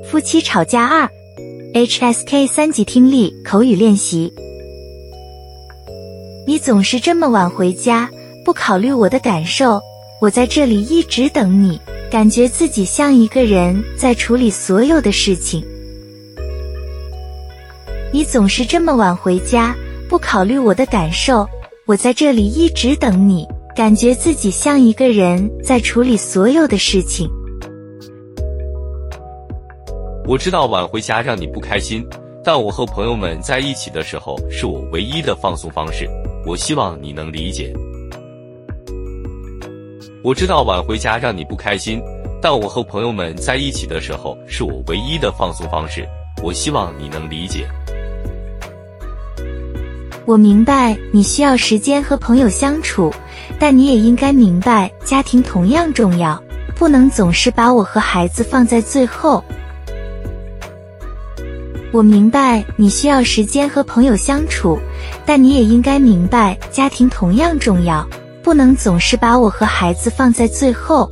夫妻吵架2 HSK 3级听力口语练习。你总是这么晚回家，不考虑我的感受，我在这里一直等你，感觉自己像一个人在处理所有的事情。你总是这么晚回家，不考虑我的感受，我在这里一直等你，感觉自己像一个人在处理所有的事情。 我知道晚回家让你不开心，但我和朋友们在一起的时候是我唯一的放松方式，我希望你能理解。我知道晚回家让你不开心，但我和朋友们在一起的时候是我唯一的放松方式，我希望你能理解。 我明白你需要时间和朋友相处，但你也应该明白家庭同样重要，不能总是把我和孩子放在最后。我明白你需要时间和朋友相处，但你也应该明白家庭同样重要，不能总是把我和孩子放在最后。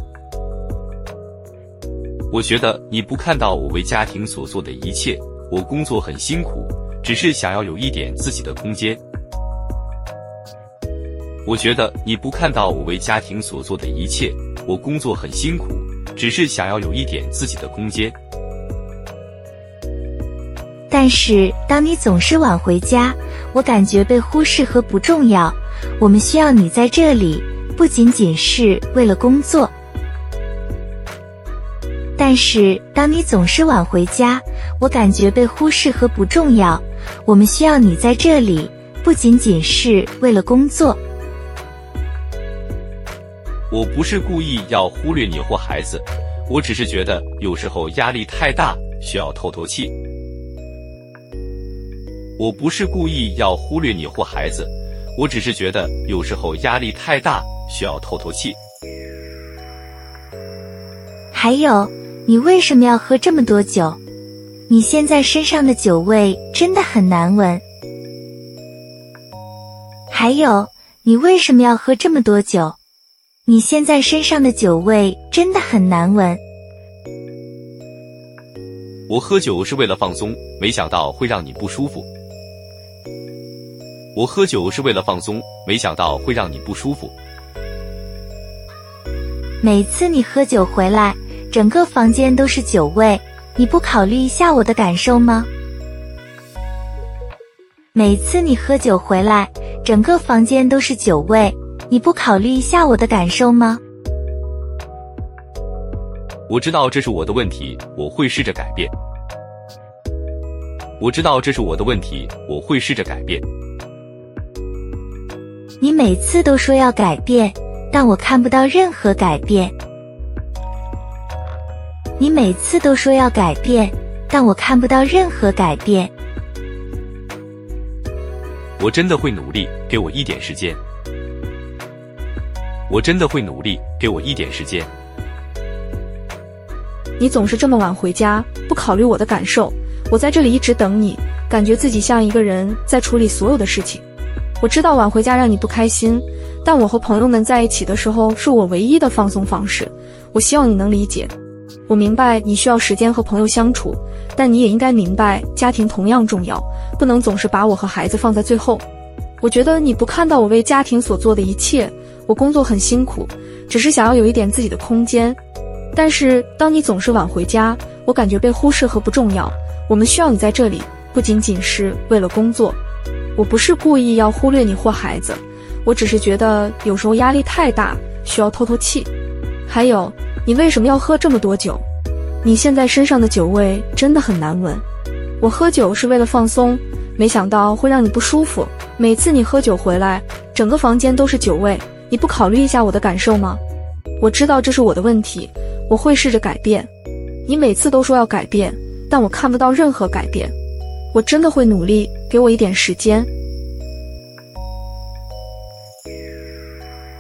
我觉得你不看到我为家庭所做的一切，我工作很辛苦，只是想要有一点自己的空间。我觉得你不看到我为家庭所做的一切，我工作很辛苦，只是想要有一点自己的空间。 但是当你总是晚回家，我感觉被忽视和不重要，我们需要你在这里，不仅仅是为了工作。但是当你总是晚回家，我感觉被忽视和不重要，我们需要你在这里，不仅仅是为了工作。 我不是故意要忽略你或孩子，我只是觉得有时候压力太大，需要透透气。我不是故意要忽略你或孩子，我只是觉得有时候压力太大，需要透透气。 还有，你为什么要喝这么多酒？你现在身上的酒味真的很难闻。还有，你为什么要喝这么多酒？你现在身上的酒味真的很难闻。 我喝酒是为了放松，没想到会让你不舒服。我喝酒是为了放松，没想到会让你不舒服。 每次你喝酒回来，整个房间都是酒味，你不考虑一下我的感受吗？每次你喝酒回来，整个房间都是酒味，你不考虑一下我的感受吗？ 我知道这是我的问题，我会试着改变。我知道这是我的问题，我会试着改变。 你每次都说要改变，但我看不到任何改变。你每次都说要改变，但我看不到任何改变。 我真的会努力，给我一点时间。我真的会努力，给我一点时间。 你总是这么晚回家，不考虑我的感受，我在这里一直等你，感觉自己像一个人在处理所有的事情。我知道晚回家让你不开心，但我和朋友们在一起的时候是我唯一的放松方式，我希望你能理解。我明白你需要时间和朋友相处，但你也应该明白家庭同样重要，不能总是把我和孩子放在最后。我觉得你不看到我为家庭所做的一切，我工作很辛苦，只是想要有一点自己的空间。但是当你总是晚回家，我感觉被忽视和不重要，我们需要你在这里，不仅仅是为了工作。我不是故意要忽略你或孩子，我只是觉得有时候压力太大，需要透透气。还有，你为什么要喝这么多酒？你现在身上的酒味真的很难闻。我喝酒是为了放松，没想到会让你不舒服。每次你喝酒回来，整个房间都是酒味，你不考虑一下我的感受吗？我知道这是我的问题，我会试着改变。你每次都说要改变，但我看不到任何改变。我真的会努力，给我一点时间。